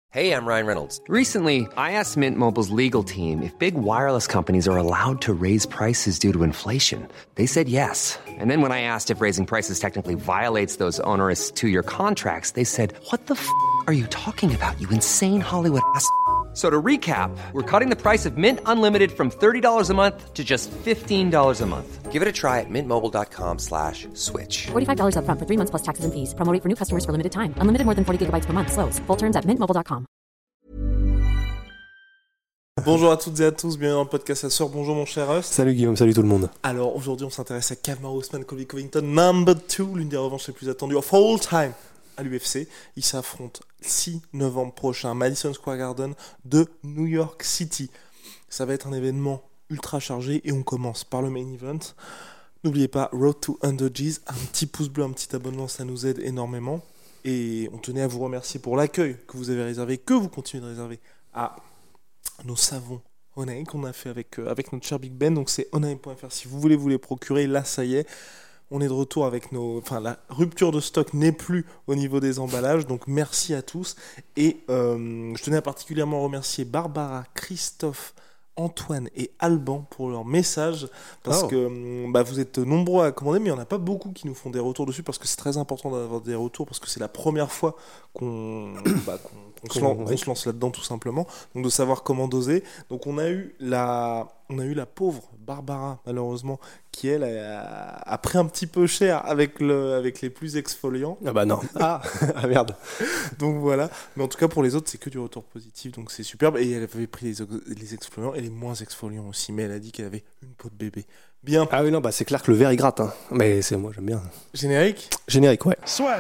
Hey, I'm Ryan Reynolds. Recently, I asked Mint Mobile's legal team if big wireless companies are allowed to raise prices due to inflation. They said yes. And then when I asked if raising prices technically violates those onerous two-year contracts, they said, "What the f*** are you talking about, you insane Hollywood ass?" So to recap, we're cutting the price of Mint Unlimited from $30 a month to just $15 a month. Give it a try at mintmobile.com/switch. $45 up front for 3 months plus taxes and fees. Promo rate for new customers for limited time. Unlimited more than 40 gigabytes per month. Slows full terms at mintmobile.com. Bonjour à toutes et à tous, bienvenue dans le podcast à sort. Bonjour mon cher Rust. Salut Guillaume, salut tout le monde. Alors aujourd'hui on s'intéresse à Kamaru Usman, Colby Covington, number 2, l'une des revanches les plus attendues of all time à l'UFC. Ils s'affrontent 6 novembre prochain, Madison Square Garden de New York City. Ça va être un événement ultra chargé et on commence par le main event. N'oubliez pas, Road to 100 G's, un petit pouce bleu, un petit abonnement, ça nous aide énormément. Et on tenait à vous remercier pour l'accueil que vous avez réservé, que vous continuez de réserver à nos savons Onaï qu'on a fait avec notre cher Big Ben. Donc c'est onaï.fr si vous voulez vous les procurer. Là ça y est, on est de retour avec la rupture de stock n'est plus au niveau des emballages, donc merci à tous. Et je tenais à particulièrement remercier Barbara, Christophe, Antoine et Alban pour leur message, parce que vous êtes nombreux à commander, mais il n'y en a pas beaucoup qui nous font des retours dessus, parce que c'est très important d'avoir des retours, parce que c'est la première fois qu'on se lance là-dedans tout simplement, donc de savoir comment doser. Donc on a eu la pauvre Barbara, malheureusement, qui elle a pris un petit peu cher avec les plus exfoliants. Ah bah non. Ah merde. Donc voilà. Mais en tout cas pour les autres c'est que du retour positif, donc c'est superbe. Et elle avait pris les exfoliants et les moins exfoliants aussi, mais elle a dit qu'elle avait une peau de bébé. Bien. Ah oui non c'est clair que le verre il gratte, hein. Mais moi j'aime bien. Générique ouais. Soit.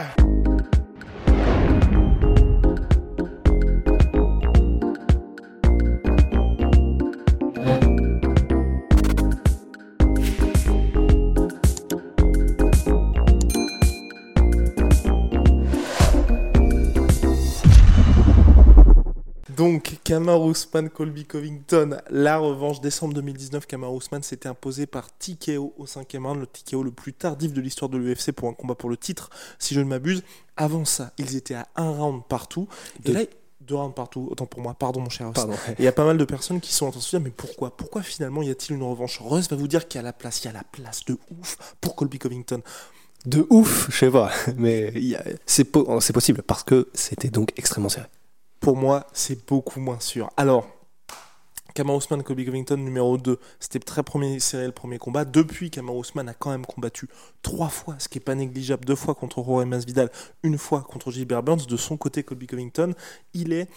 Donc, Kamaru Usman, Colby Covington, la revanche. Décembre 2019, Kamaru Usman s'était imposé par TKO au 5e round, le TKO le plus tardif de l'histoire de l'UFC pour un combat pour le titre, si je ne m'abuse. Avant ça, ils étaient à 1 round partout. Et là, 2 rounds partout, autant pour moi, pardon mon cher Russ. Et il y a pas mal de personnes qui sont en train de se dire, mais pourquoi finalement y a-t-il une revanche? Russ va vous dire qu'il y a la place de ouf pour Colby Covington. De ouf, je sais pas, mais c'est possible, parce que c'était donc extrêmement serré. Pour moi, c'est beaucoup moins sûr. Alors, Kamaru Usman, Colby Covington, numéro 2. C'était très serré le premier combat. Depuis, Kamaru Usman a quand même combattu 3 fois, ce qui n'est pas négligeable. 2 fois contre Jorge Masvidal, 1 fois contre Gilbert Burns. De son côté, Colby Covington, il est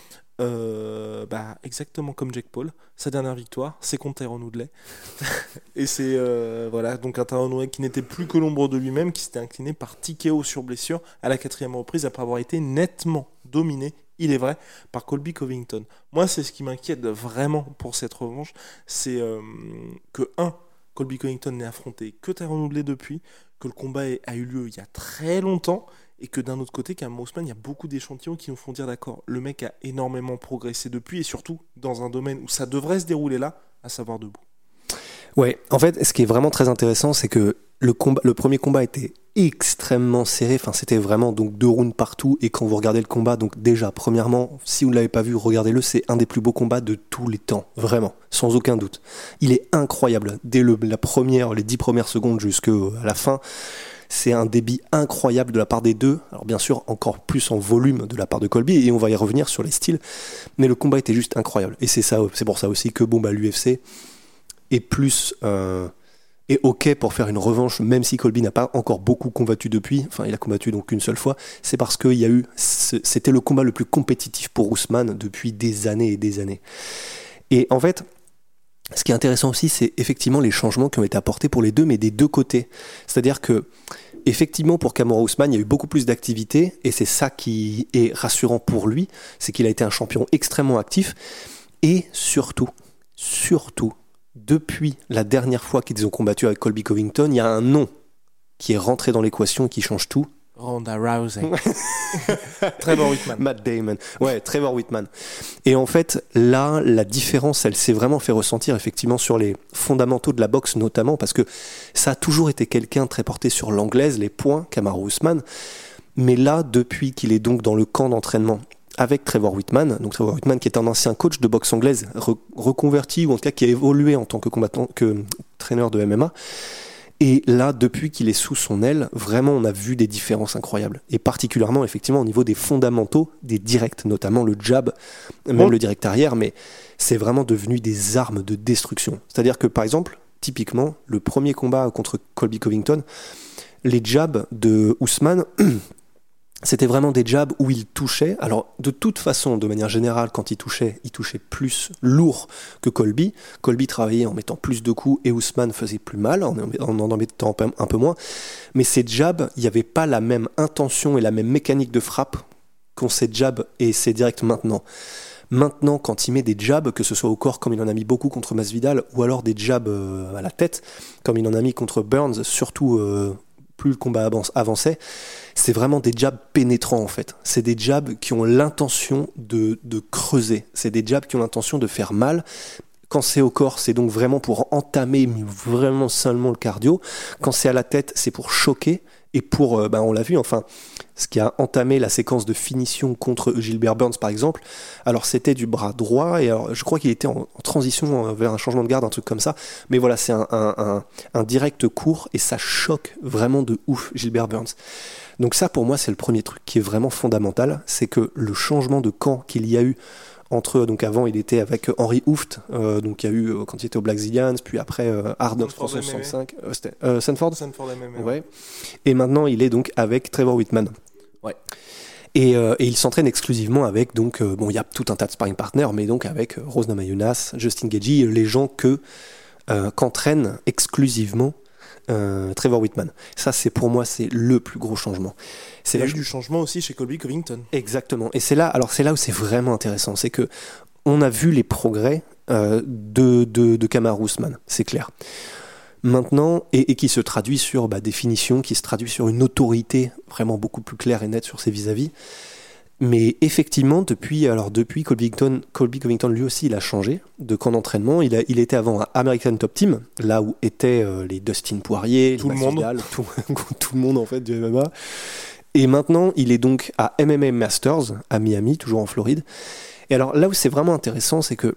exactement comme Jake Paul. Sa dernière victoire, c'est contre Tyron Woodley. Et c'est donc un Tyron Woodley qui n'était plus que l'ombre de lui-même, qui s'était incliné par TKO sur blessure à la 4e reprise après avoir été nettement dominé, il est vrai, par Colby Covington. Moi, c'est ce qui m'inquiète vraiment pour cette revanche, c'est que Colby Covington n'ait affronté que Tyron Woodley depuis, que le combat a eu lieu il y a très longtemps, et que d'un autre côté, Kamaru Usman, il y a beaucoup d'échantillons qui nous font dire d'accord, le mec a énormément progressé depuis, et surtout dans un domaine où ça devrait se dérouler là, à savoir debout. Ouais, en fait, ce qui est vraiment très intéressant, c'est que le premier combat était extrêmement serré, enfin c'était vraiment donc 2 rounds partout, et quand vous regardez le combat, donc déjà premièrement, si vous ne l'avez pas vu, regardez-le, c'est un des plus beaux combats de tous les temps, vraiment, sans aucun doute. Il est incroyable, dès les 10 premières secondes jusqu'à la fin, c'est un débit incroyable de la part des deux, alors bien sûr encore plus en volume de la part de Colby, et on va y revenir sur les styles, mais le combat était juste incroyable, et c'est pour ça aussi que l'UFC est plus... est ok pour faire une revanche, même si Colby n'a pas encore beaucoup combattu depuis, enfin il a combattu donc une seule fois, c'est parce que c'était le combat le plus compétitif pour Usman depuis des années et des années. Et en fait, ce qui est intéressant aussi, c'est effectivement les changements qui ont été apportés pour les deux, mais des deux côtés. C'est-à-dire que, effectivement, pour Kamaru Usman, il y a eu beaucoup plus d'activité, et c'est ça qui est rassurant pour lui, c'est qu'il a été un champion extrêmement actif, et surtout, depuis la dernière fois qu'ils ont combattu avec Colby Covington, il y a un nom qui est rentré dans l'équation et qui change tout. Ronda Rousey. Trevor Whitman. Matt Damon. Ouais, Trevor Whitman. Et en fait, là, la différence, elle s'est vraiment fait ressentir effectivement sur les fondamentaux de la boxe notamment, parce que ça a toujours été quelqu'un très porté sur l'anglaise, les points, Kamaru Usman. Mais là, depuis qu'il est donc dans le camp d'entraînement avec Trevor Whitman. Donc Trevor Whitman qui est un ancien coach de boxe anglaise reconverti, ou en tout cas qui a évolué en tant que combattant, que traîneur de MMA. Et là, depuis qu'il est sous son aile, vraiment, on a vu des différences incroyables. Et particulièrement, effectivement, au niveau des fondamentaux, des directs, notamment le jab, même le direct arrière, mais c'est vraiment devenu des armes de destruction. C'est-à-dire que, par exemple, typiquement, le premier combat contre Colby Covington, les jabs de Ousmane, c'était vraiment des jabs où il touchait. Alors, de toute façon, de manière générale, quand il touchait plus lourd que Colby. Colby travaillait en mettant plus de coups et Ousmane faisait plus mal, en mettant un peu moins. Mais ces jabs, il n'y avait pas la même intention et la même mécanique de frappe qu'ont ces jabs et ces directs maintenant. Maintenant, quand il met des jabs, que ce soit au corps, comme il en a mis beaucoup contre Masvidal, ou alors des jabs à la tête, comme il en a mis contre Burns, surtout plus le combat avançait, c'est vraiment des jabs pénétrants en fait. C'est des jabs qui ont l'intention de creuser. C'est des jabs qui ont l'intention de faire mal. Quand c'est au corps, c'est donc vraiment pour entamer vraiment seulement le cardio. Quand c'est à la tête, c'est pour choquer. Et pour, on l'a vu, enfin, ce qui a entamé la séquence de finition contre Gilbert Burns, par exemple, alors c'était du bras droit, et alors, je crois qu'il était en transition vers un changement de garde, un truc comme ça, mais voilà, c'est un direct court, et ça choque vraiment de ouf Gilbert Burns. Donc ça, pour moi, c'est le premier truc qui est vraiment fondamental, c'est que le changement de camp qu'il y a eu entre, donc avant il était avec Henry Hooft, donc il y a eu quand il était au Black Zillions, puis après Hard Knocks 365, c'était Sanford MMA. Ouais. Et maintenant il est donc avec Trevor Whitman. Ouais. Et il s'entraîne exclusivement avec, donc il y a tout un tas de sparring partners, mais donc avec Rose Namajunas, Justin Gaethje, les gens qu'entraîne exclusivement Trevor Whitman. Ça, c'est pour moi, c'est le plus gros changement. Il y a eu du changement aussi chez Colby Covington. Exactement. Et c'est là où c'est vraiment intéressant, c'est que on a vu les progrès de Kamaru Usman, c'est clair. Maintenant, et qui se traduit sur des finitions, qui se traduit sur une autorité vraiment beaucoup plus claire et nette sur ses vis-à-vis. Mais effectivement, depuis Colby Covington, lui aussi, il a changé de camp d'entraînement. Il était avant à American Top Team, là où étaient les Dustin Poirier, tout le monde, tout le monde en fait du MMA. Et maintenant, il est donc à MMA Masters à Miami, toujours en Floride. Et alors là où c'est vraiment intéressant, c'est que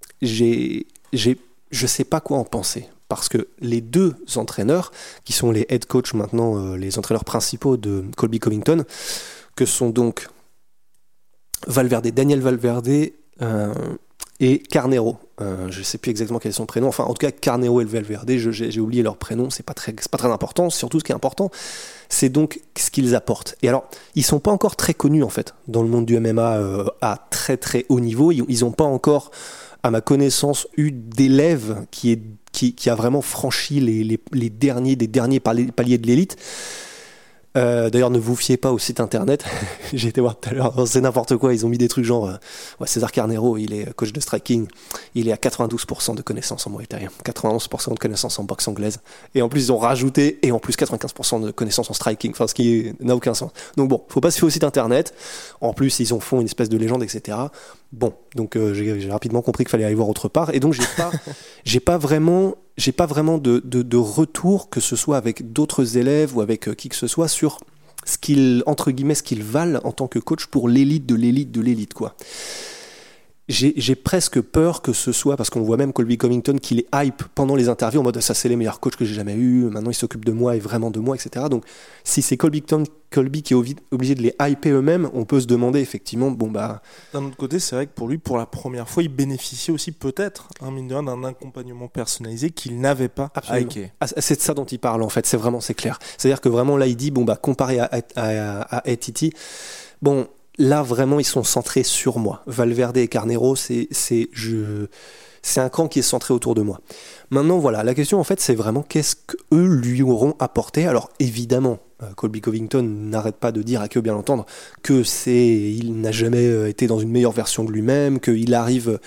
je sais pas quoi en penser. Parce que les deux entraîneurs, qui sont les head coach maintenant, les entraîneurs principaux de Colby Covington, que sont donc Daniel Valverde et Carneiro. Je ne sais plus exactement quel est son prénom. Enfin, en tout cas, Carneiro et Valverde, j'ai oublié leur prénom. C'est pas très important. Surtout, ce qui est important, c'est donc ce qu'ils apportent. Et alors, ils sont pas encore très connus en fait dans le monde du MMA à très très haut niveau. Ils n'ont pas encore, à ma connaissance, eu d'élève qui a vraiment franchi les derniers paliers de l'élite. D'ailleurs, ne vous fiez pas au site internet. J'ai été voir tout à l'heure, c'est n'importe quoi. Ils ont mis des trucs genre César Carneiro, il est coach de striking, il est à 92% de connaissances en Muay Thai, 91% de connaissances en boxe anglaise, et en plus ils ont rajouté, et en plus 95% de connaissances en striking, enfin ce qui n'a aucun sens. Donc bon, faut pas se fier au site internet. En plus, ils en font une espèce de légende, etc. Bon, donc j'ai rapidement compris qu'il fallait aller voir autre part, et donc j'ai pas vraiment de retour, que ce soit avec d'autres élèves ou avec qui que ce soit, sur ce qu'ils valent en tant que coach pour l'élite de l'élite de l'élite, quoi. J'ai presque peur que ce soit, parce qu'on voit même Colby Covington qu'il est hype pendant les interviews en mode ça c'est les meilleurs coachs que j'ai jamais eu, maintenant ils s'occupent de moi et vraiment de moi, etc. Donc si c'est Colby qui est obligé de les hyper eux-mêmes, on peut se demander effectivement d'un autre côté, c'est vrai que pour lui, pour la première fois, il bénéficiait aussi peut-être mine de rien, d'un accompagnement personnalisé qu'il n'avait pas. Absolument. C'est de ça dont il parle en fait, c'est clair. C'est-à-dire que vraiment là il dit comparé à ATT, là, vraiment, ils sont centrés sur moi. Valverde et Carneiro, c'est un camp qui est centré autour de moi. Maintenant, voilà, la question, en fait, c'est vraiment qu'est-ce qu'eux lui auront apporté. Alors, évidemment, Colby Covington n'arrête pas de dire, à que bien l'entendre, il n'a jamais été dans une meilleure version de lui-même, qu'il arrive,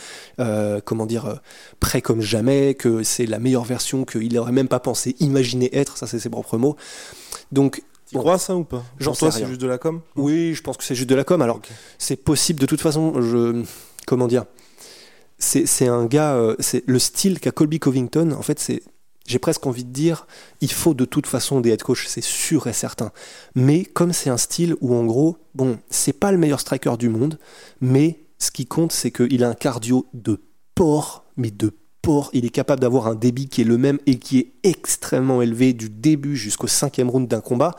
prêt comme jamais, que c'est la meilleure version qu'il n'aurait même pas pensé imaginer être, ça c'est ses propres mots. Donc, tu crois à ça ou pas? Pour toi, c'est juste de la com? Oui, je pense que c'est juste de la com. Alors, okay. C'est possible de toute façon. C'est un gars. C'est le style qu'a Colby Covington. En fait, j'ai presque envie de dire, il faut de toute façon des head coach, c'est sûr et certain. Mais comme c'est un style où en gros, bon, c'est pas le meilleur striker du monde, mais ce qui compte, c'est qu'il a un cardio de porc, mais de porc. Il est capable d'avoir un débit qui est le même et qui est extrêmement élevé du début jusqu'au 5e round d'un combat.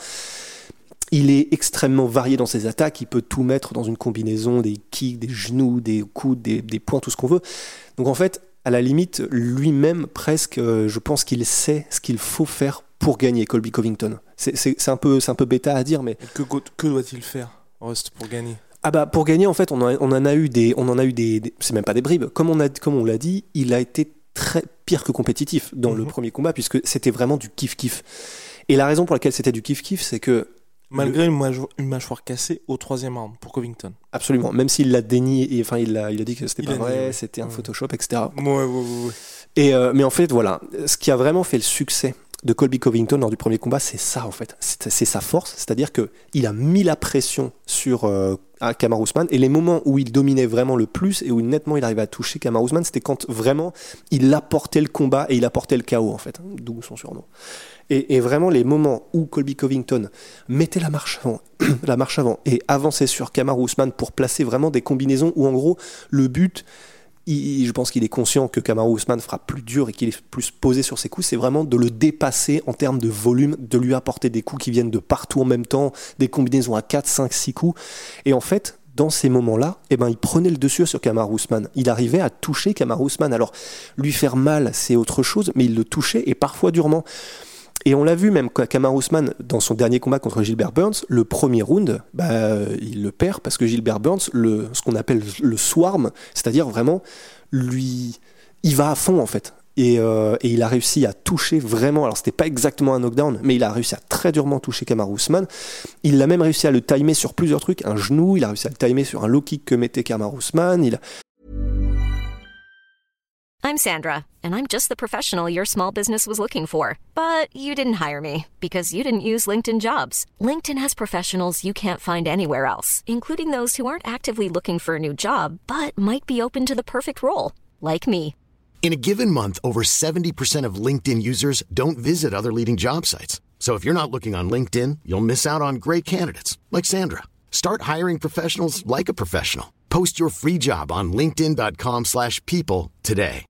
Il est extrêmement varié dans ses attaques, il peut tout mettre dans une combinaison, des kicks, des genoux, des coudes, des points, tout ce qu'on veut. Donc en fait, à la limite, lui-même, presque, je pense qu'il sait ce qu'il faut faire pour gagner Colby Covington. C'est un peu bêta à dire, mais... Que doit-il faire, Rust, pour gagner ? Ah bah, pour gagner, en fait, on en a eu des... c'est même pas des bribes. Comme on l'a dit, il a été très pire que compétitif dans le premier combat, puisque c'était vraiment du kiff-kiff. Et la raison pour laquelle c'était du kiff-kiff, c'est que... Malgré une mâchoire cassée au 3e round pour Covington. Absolument, même s'il l'a dénié, et, enfin il a dit que c'était pas vrai, c'était un Photoshop, etc. Ouais. Et, mais en fait, voilà, ce qui a vraiment fait le succès de Colby Covington lors du premier combat, c'est ça en fait. C'est sa force, c'est-à-dire qu'il a mis la pression sur Kamaru Usman, et les moments où il dominait vraiment le plus et où nettement il arrivait à toucher Kamaru Usman, c'était quand vraiment il apportait le combat et il apportait le chaos en fait, d'où son surnom. Et vraiment les moments où Colby Covington mettait la marche avant et avançait sur Kamaru Usman pour placer vraiment des combinaisons où en gros le but, je pense qu'il est conscient que Kamaru Usman fera plus dur et qu'il est plus posé sur ses coups, c'est vraiment de le dépasser en termes de volume, de lui apporter des coups qui viennent de partout en même temps, des combinaisons à 4, 5, 6 coups. Et en fait, dans ces moments-là, il prenait le dessus sur Kamaru Usman. Il arrivait à toucher Kamaru Usman. Alors, lui faire mal, c'est autre chose, mais il le touchait et parfois durement. Et on l'a vu même Kamaru Usman dans son dernier combat contre Gilbert Burns, le premier round, il le perd parce que Gilbert Burns, ce qu'on appelle le swarm, c'est-à-dire vraiment il va à fond en fait. Et il a réussi à toucher vraiment, alors c'était pas exactement un knockdown, mais il a réussi à très durement toucher Kamaru Usman. Il a même réussi à le timer sur plusieurs trucs, un genou, il a réussi à le timer sur un low kick que mettait Kamaru Usman. I'm Sandra, and I'm just the professional your small business was looking for. But you didn't hire me because you didn't use LinkedIn Jobs. LinkedIn has professionals you can't find anywhere else, including those who aren't actively looking for a new job, but might be open to the perfect role, like me. In a given month, over 70% of LinkedIn users don't visit other leading job sites. So if you're not looking on LinkedIn, you'll miss out on great candidates, like Sandra. Start hiring professionals like a professional. Post your free job on linkedin.com/people today.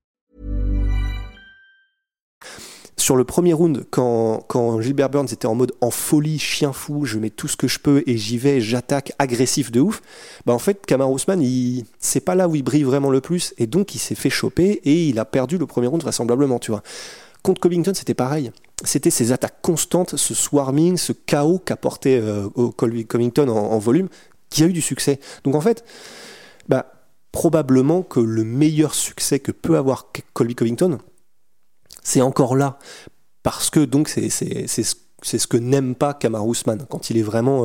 Sur le premier round, quand Gilbert Burns était en mode en folie, chien fou, je mets tout ce que je peux et j'y vais, j'attaque, agressif de ouf, en fait, Kamaru Usman, c'est pas là où il brille vraiment le plus, et donc il s'est fait choper et il a perdu le premier round vraisemblablement, tu vois. Contre Covington, c'était pareil. C'était ces attaques constantes, ce swarming, ce chaos qu'apportait Colby Covington en volume, qui a eu du succès. Donc en fait, probablement que le meilleur succès que peut avoir Colby Covington, c'est encore là, parce que donc c'est ce que n'aime pas Kamaru Usman quand il est vraiment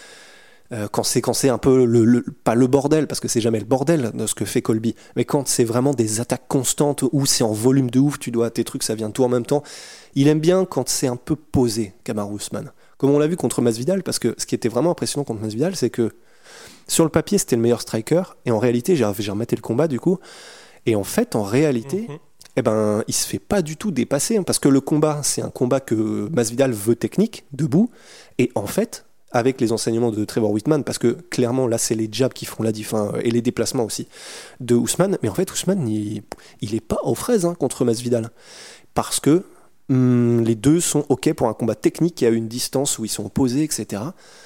quand c'est un peu pas le bordel, parce que c'est jamais le bordel de ce que fait Colby, mais quand c'est vraiment des attaques constantes où c'est en volume de ouf, tes trucs ça vient tout en même temps. Il aime bien quand c'est un peu posé, Kamaru Usman, comme on l'a vu contre Masvidal, parce que ce qui était vraiment impressionnant contre Masvidal, c'est que sur le papier c'était le meilleur striker, et en réalité j'ai rematé le combat du coup, et en fait en réalité il se fait pas du tout dépasser, parce que le combat, c'est un combat que Masvidal veut technique, debout, et en fait, avec les enseignements de Trevor Whitman, parce que clairement, là, c'est les jabs qui font la différence, et les déplacements aussi, de Usman, mais en fait, Usman, il est pas aux fraises contre Masvidal, parce que les deux sont OK pour un combat technique qui a une distance où ils sont opposés, etc.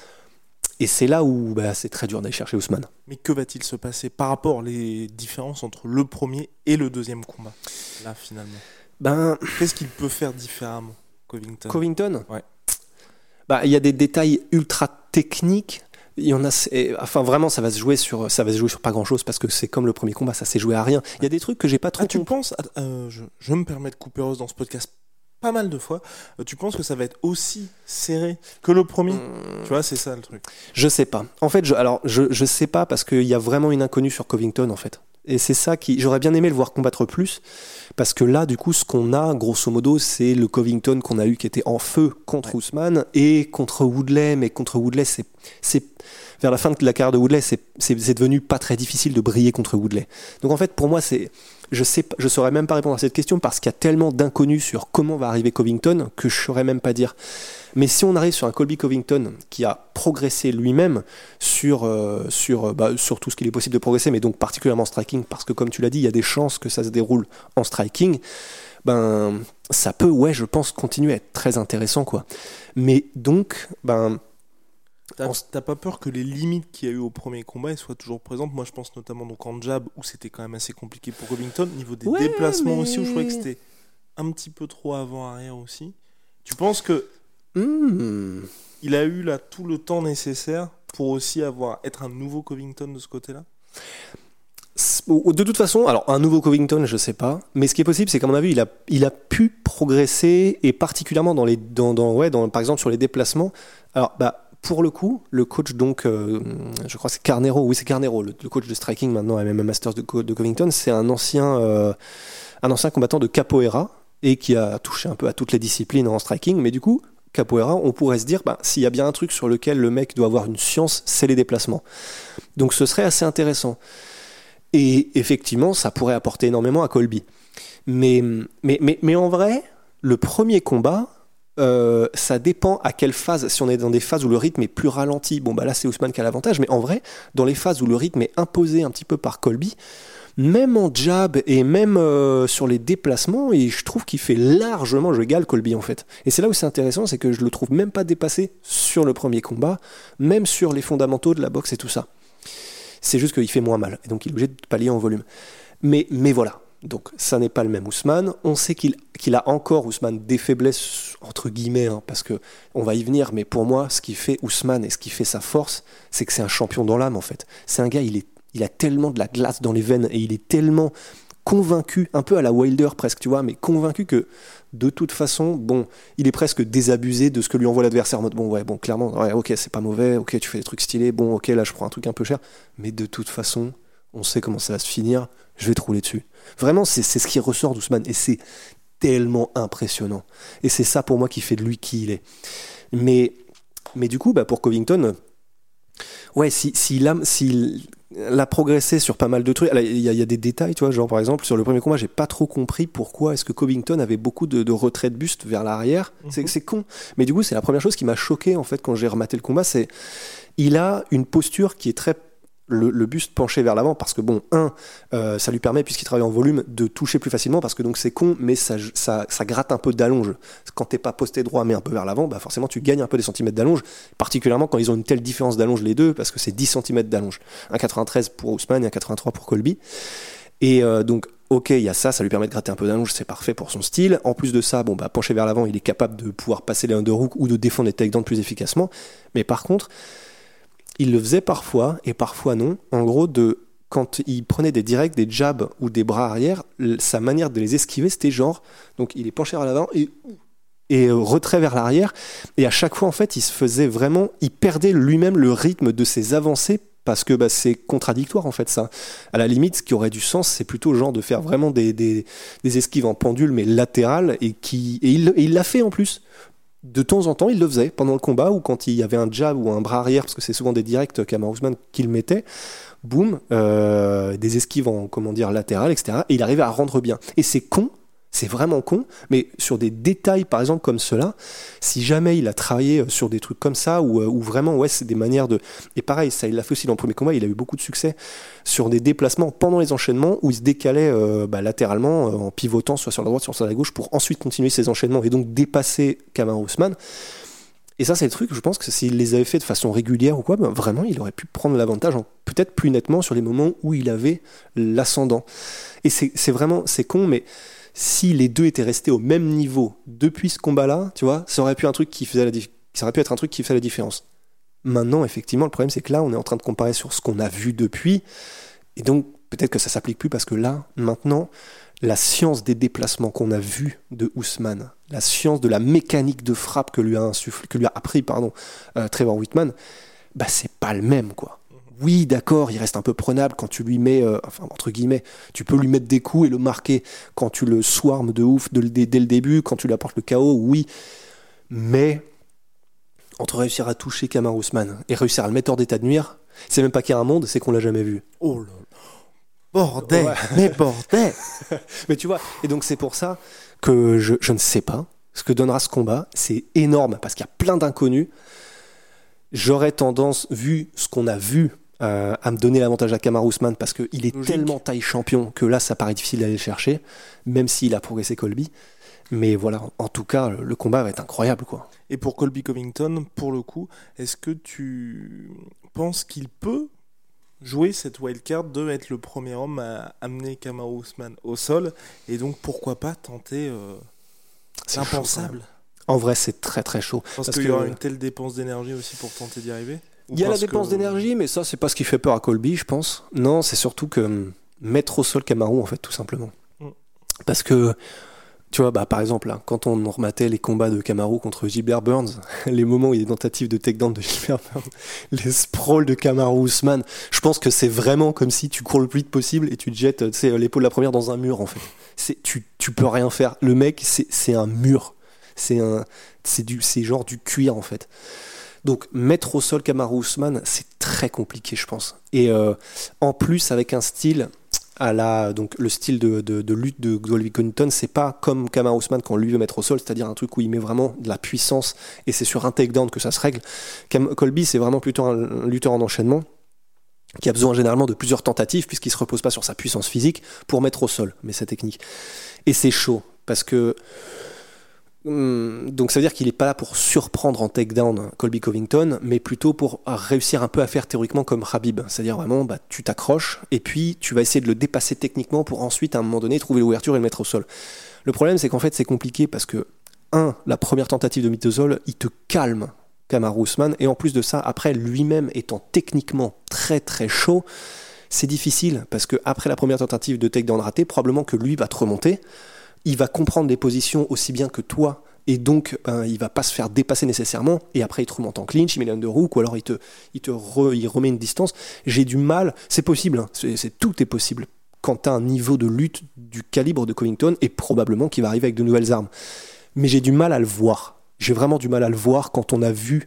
Et c'est là où c'est très dur d'aller chercher Usman. Mais que va-t-il se passer par rapport aux différences entre le premier et le deuxième combat, là, finalement Qu'est-ce qu'il peut faire différemment, Covington Ouais. Il y a des détails ultra techniques. Il y en a, vraiment, ça va se jouer sur pas grand-chose, parce que c'est comme le premier combat, ça s'est joué à rien. Il y a des trucs que j'ai pas trop... Tu penses, je me permets de couper Rose dans ce podcast pas mal de fois, tu penses que ça va être aussi serré que le premier Tu vois, c'est ça le truc. Je sais pas. En fait, je sais pas, parce qu'il y a vraiment une inconnue sur Covington, en fait. Et c'est ça j'aurais bien aimé le voir combattre plus, parce que là, du coup, ce qu'on a, grosso modo, c'est le Covington qu'on a eu qui était en feu contre Usman et contre Woodley, mais contre Woodley, c'est vers la fin de la carrière de Woodley, c'est devenu pas très difficile de briller contre Woodley. Donc en fait, pour moi, je saurais même pas répondre à cette question parce qu'il y a tellement d'inconnus sur comment va arriver Covington que je saurais même pas dire. Mais si on arrive sur un Colby Covington qui a progressé lui-même sur tout ce qu'il est possible de progresser, mais donc particulièrement en striking, parce que comme tu l'as dit, il y a des chances que ça se déroule en striking, ben ça peut, je pense, continuer à être très intéressant, quoi. Mais donc, T'as pas peur que les limites qu'il y a eu au premier combat elles soient toujours présentes? Moi je pense notamment donc en jab où c'était quand même assez compliqué pour Covington, au niveau des déplacements aussi où je trouvais que c'était un petit peu trop avant-arrière aussi. Tu penses que il a eu là tout le temps nécessaire pour aussi être un nouveau Covington de ce côté-là? De toute façon, alors un nouveau Covington, je sais pas, mais ce qui est possible, c'est qu'à mon avis, il a pu progresser, et particulièrement par exemple sur les déplacements. Alors pour le coup, le coach, donc, je crois que c'est Carnero, le coach de striking maintenant à MMA Masters de Covington, c'est un ancien combattant de capoeira et qui a touché un peu à toutes les disciplines en striking. Mais du coup, capoeira, on pourrait se dire, s'il y a bien un truc sur lequel le mec doit avoir une science, c'est les déplacements. Donc ce serait assez intéressant. Et effectivement, ça pourrait apporter énormément à Colby. Mais en vrai, le premier combat, ça dépend à quelle phase. Si on est dans des phases où le rythme est plus ralenti, là c'est Ousmane qui a l'avantage, mais en vrai, dans les phases où le rythme est imposé un petit peu par Colby, même en jab et même sur les déplacements, et je trouve qu'il fait largement je égale Colby en fait. Et c'est là où c'est intéressant, c'est que je le trouve même pas dépassé sur le premier combat, même sur les fondamentaux de la boxe et tout ça. C'est juste qu'il fait moins mal, et donc il est obligé de pallier en volume. Mais voilà. Donc ça n'est pas le même Ousmane. On sait qu'il a encore, Ousmane, des faiblesses entre guillemets, parce que on va y venir, mais pour moi ce qui fait Ousmane et ce qui fait sa force, c'est que c'est un champion dans l'âme en fait. C'est un gars, il a tellement de la glace dans les veines et il est tellement convaincu, un peu à la Wilder presque, tu vois, mais convaincu que de toute façon, il est presque désabusé de ce que lui envoie l'adversaire en mode clairement, ok, c'est pas mauvais, ok, tu fais des trucs stylés, ok, là je prends un truc un peu cher, mais de toute façon on sait comment ça va se finir, je vais te rouler dessus. Vraiment, c'est ce qui ressort d'Ousmane, et c'est tellement impressionnant. Et c'est ça pour moi qui fait de lui qui il est. Mais du coup, pour Covington, s'il a progressé sur pas mal de trucs, il y a des détails, tu vois, genre par exemple, sur le premier combat, j'ai pas trop compris pourquoi est-ce que Covington avait beaucoup de retrait de buste vers l'arrière. C'est con. Mais du coup, c'est la première chose qui m'a choqué, en fait, quand j'ai rematé le combat, c'est il a une posture qui est très... Le buste penché vers l'avant, parce que ça lui permet, puisqu'il travaille en volume, de toucher plus facilement, parce que donc c'est con, mais ça gratte un peu d'allonge. Quand t'es pas posté droit mais un peu vers l'avant, forcément tu gagnes un peu des centimètres d'allonge, particulièrement quand ils ont une telle différence d'allonge les deux, parce que c'est 10 cm d'allonge, 1,93 pour Ousmane et 1,83 pour Colby. Et donc ok, il y a ça lui permet de gratter un peu d'allonge, c'est parfait pour son style. En plus de ça, penché vers l'avant, il est capable de pouvoir passer les underhooks ou de défendre les takedowns plus efficacement. Mais par contre, il le faisait parfois, et parfois non. En gros, quand il prenait des directs, des jabs ou des bras arrière, sa manière de les esquiver, c'était genre... Donc il est penché vers l'avant et retrait vers l'arrière. Et à chaque fois, en fait, il perdait lui-même le rythme de ses avancées, parce que c'est contradictoire, en fait, ça. À la limite, ce qui aurait du sens, c'est plutôt genre de faire vraiment des esquives en pendule, mais latérales, et il l'a fait en plus. De temps en temps, il le faisait pendant le combat, ou quand il y avait un jab ou un bras arrière, parce que c'est souvent des directs Kamaru Usman qu'il mettait, des esquives en latérales, etc. Et il arrivait à rendre bien. Et c'est con, c'est vraiment con, mais sur des détails, par exemple, comme cela, si jamais il a travaillé sur des trucs comme ça, ou vraiment, c'est des manières de... Et pareil, ça, il l'a fait aussi dans le premier combat, il a eu beaucoup de succès sur des déplacements pendant les enchaînements, où il se décalait latéralement, en pivotant, soit sur la droite, soit sur la gauche, pour ensuite continuer ses enchaînements, et donc dépasser Kamaru Usman. Et ça, c'est le truc, je pense que s'il les avait fait de façon régulière ou quoi, vraiment, il aurait pu prendre l'avantage, peut-être plus nettement, sur les moments où il avait l'ascendant. Et c'est vraiment, c'est con, mais... Si les deux étaient restés au même niveau depuis ce combat-là, tu vois, ça aurait pu être un truc qui faisait la différence. Maintenant, effectivement, le problème, c'est que là, on est en train de comparer sur ce qu'on a vu depuis, et donc peut-être que ça s'applique plus, parce que là, maintenant, la science des déplacements qu'on a vu de Ousmane, la science de la mécanique de frappe que lui a appris Trevor Whitman, c'est pas le même, quoi. Oui, d'accord, il reste un peu prenable quand tu lui mets, entre guillemets, tu peux lui mettre des coups et le marquer quand tu le swarmes de ouf dès le début, quand tu lui apportes le KO, oui. Mais entre réussir à toucher Kamaru Usman et réussir à le mettre hors d'état de nuire, c'est même pas qu'il y a un monde, c'est qu'on l'a jamais vu. Oh là. Bordel, Ouais. mais bordel. Mais tu vois, et donc c'est pour ça que je ne sais pas ce que donnera ce combat. C'est énorme parce qu'il y a plein d'inconnus. J'aurais tendance, vu ce qu'on a vu, à me donner l'avantage à Kamaru Usman parce qu'il est Logique. tellement taille champion que là, ça paraît difficile d'aller le chercher, même s'il a progressé Colby. Mais voilà, en tout cas, le combat va être incroyable, quoi. Et pour Colby Covington, pour le coup, est-ce que tu penses qu'il peut jouer cette wildcard de être le premier homme à amener Kamaru Usman au sol et donc pourquoi pas tenter C'est l'impensable? En vrai, c'est très très chaud. Parce qu'il y aura une telle dépense d'énergie aussi pour tenter d'y arriver? Ou Il y a la parce dépense que- d'énergie, mais ça, c'est pas ce qui fait peur à Colby, je pense. Non, c'est surtout que mettre au sol Kamaru, en fait, tout simplement. Mm. Parce que, tu vois, bah, par exemple, là, quand on rematait les combats de Kamaru contre Gilbert Burns, les moments où il y a des tentatives de takedown de Gilbert Burns, les sprawls de Kamaru Usman, je pense que c'est vraiment comme si tu cours le plus vite possible et tu te jettes, tu sais, l'épaule de la première dans un mur, en fait. Tu peux rien faire. Le mec, c'est un mur. C'est genre du cuir, en fait. Donc mettre au sol Kamaru Usman, c'est très compliqué, je pense. Et en plus, avec un style donc le style de lutte de Colby Covington, c'est pas comme Kamaru Usman quand lui veut mettre au sol, c'est-à-dire un truc où il met vraiment de la puissance et c'est sur un takedown que ça se règle. Colby, c'est vraiment plutôt un lutteur en enchaînement qui a besoin généralement de plusieurs tentatives puisqu'il se repose pas sur sa puissance physique pour mettre au sol, mais sa technique. Et c'est chaud parce que donc ça veut dire qu'il n'est pas là pour surprendre en takedown Colby Covington, mais plutôt pour réussir un peu à faire théoriquement comme Khabib, c'est-à-dire vraiment tu t'accroches et puis tu vas essayer de le dépasser techniquement pour ensuite à un moment donné trouver l'ouverture et le mettre au sol. Le problème c'est qu'en fait c'est compliqué parce que la première tentative de mise au sol, il te calme Kamaru Usman, et en plus de ça, après lui-même étant techniquement très très chaud, c'est difficile parce que après la première tentative de takedown ratée, probablement que lui va te remonter. Il va comprendre les positions aussi bien que toi, et donc il va pas se faire dépasser nécessairement, et après il te remonte en clinch, il met l'underhook, ou alors il remet une distance. J'ai du mal, c'est possible, hein, tout est possible quand tu as un niveau de lutte du calibre de Covington, et probablement qu'il va arriver avec de nouvelles armes. Mais j'ai du mal à le voir. J'ai vraiment du mal à le voir quand on a vu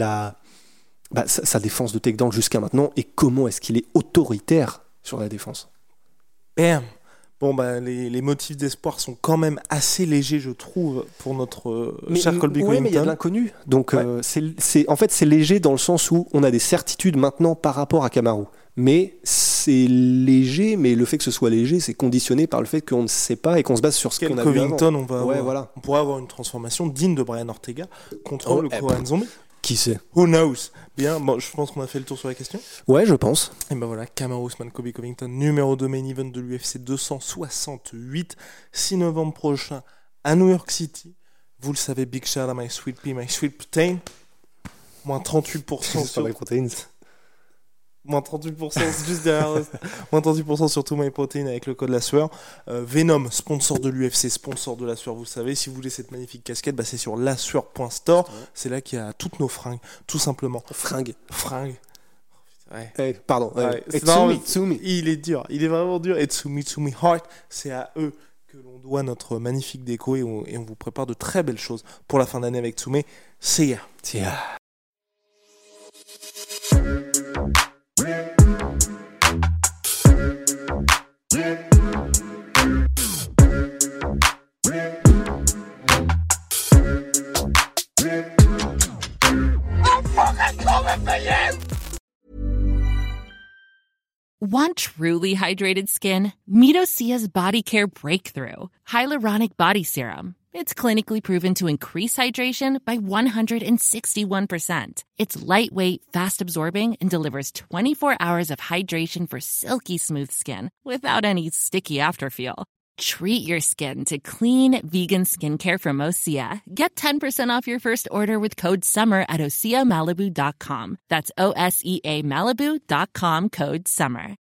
sa défense de takedown jusqu'à maintenant, et comment est-ce qu'il est autoritaire sur la défense. Bam. Bon, les motifs d'espoir sont quand même assez légers, je trouve, pour notre cher Colby Covington. Mais il y a de l'inconnu. Donc, Ouais. c'est léger dans le sens où on a des certitudes maintenant par rapport à Kamaru. Mais c'est léger, mais le fait que ce soit léger, c'est conditionné par le fait qu'on ne sait pas et qu'on se base sur ce Quel qu'on a vu Covington avant. on pourrait avoir une transformation digne de Brian Ortega contre le Korean Zombie. Qui sait? Who knows? Bien, bon, je pense qu'on a fait le tour sur la question. Ouais, je pense. Et ben voilà, Kamaru Usman, Colby Covington, numéro 2 main event de l'UFC 268, 6 novembre prochain à New York City. Vous le savez, big shout à my sweet pea, my sweet protein. Moins 38% sur... Moins 38% juste derrière. Moins 38% sur tout my protein avec le code la sueur. Venom, sponsor de l'UFC, sponsor de la sueur, vous le savez. Si vous voulez cette magnifique casquette, c'est sur lasueur.store. C'est là qu'il y a toutes nos fringues, tout simplement. Fringue. Ouais. Pardon. Ouais, Et Tsumi. Il est dur, il est vraiment dur. Et Tsumi Heart, c'est à eux que l'on doit notre magnifique déco, et on vous prépare de très belles choses pour la fin d'année avec Tsumi. See ya. Tiens. Want truly hydrated skin? Meet Osea's Body Care Breakthrough Hyaluronic Body Serum. It's clinically proven to increase hydration by 161%. It's lightweight, fast-absorbing, and delivers 24 hours of hydration for silky smooth skin without any sticky afterfeel. Treat your skin to clean, vegan skincare from Osea. Get 10% off your first order with code SUMMER at OseaMalibu.com. That's OSEA Malibu.com, code SUMMER.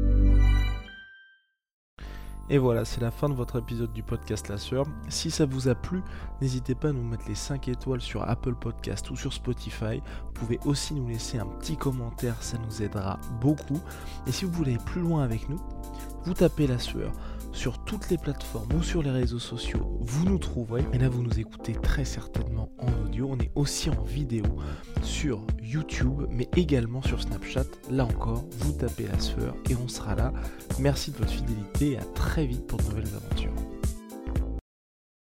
Et voilà, c'est la fin de votre épisode du podcast La Sueur. Si ça vous a plu, n'hésitez pas à nous mettre les 5 étoiles sur Apple Podcast ou sur Spotify. Vous pouvez aussi nous laisser un petit commentaire, ça nous aidera beaucoup. Et si vous voulez aller plus loin avec nous, vous tapez La Sueur sur toutes les plateformes ou sur les réseaux sociaux, vous nous trouverez. Et là, vous nous écoutez très certainement en audio. audio, on est aussi en vidéo sur YouTube, mais également sur Snapchat. Là encore, vous tapez la sueur et on sera là. Merci de votre fidélité et à très vite pour de nouvelles aventures.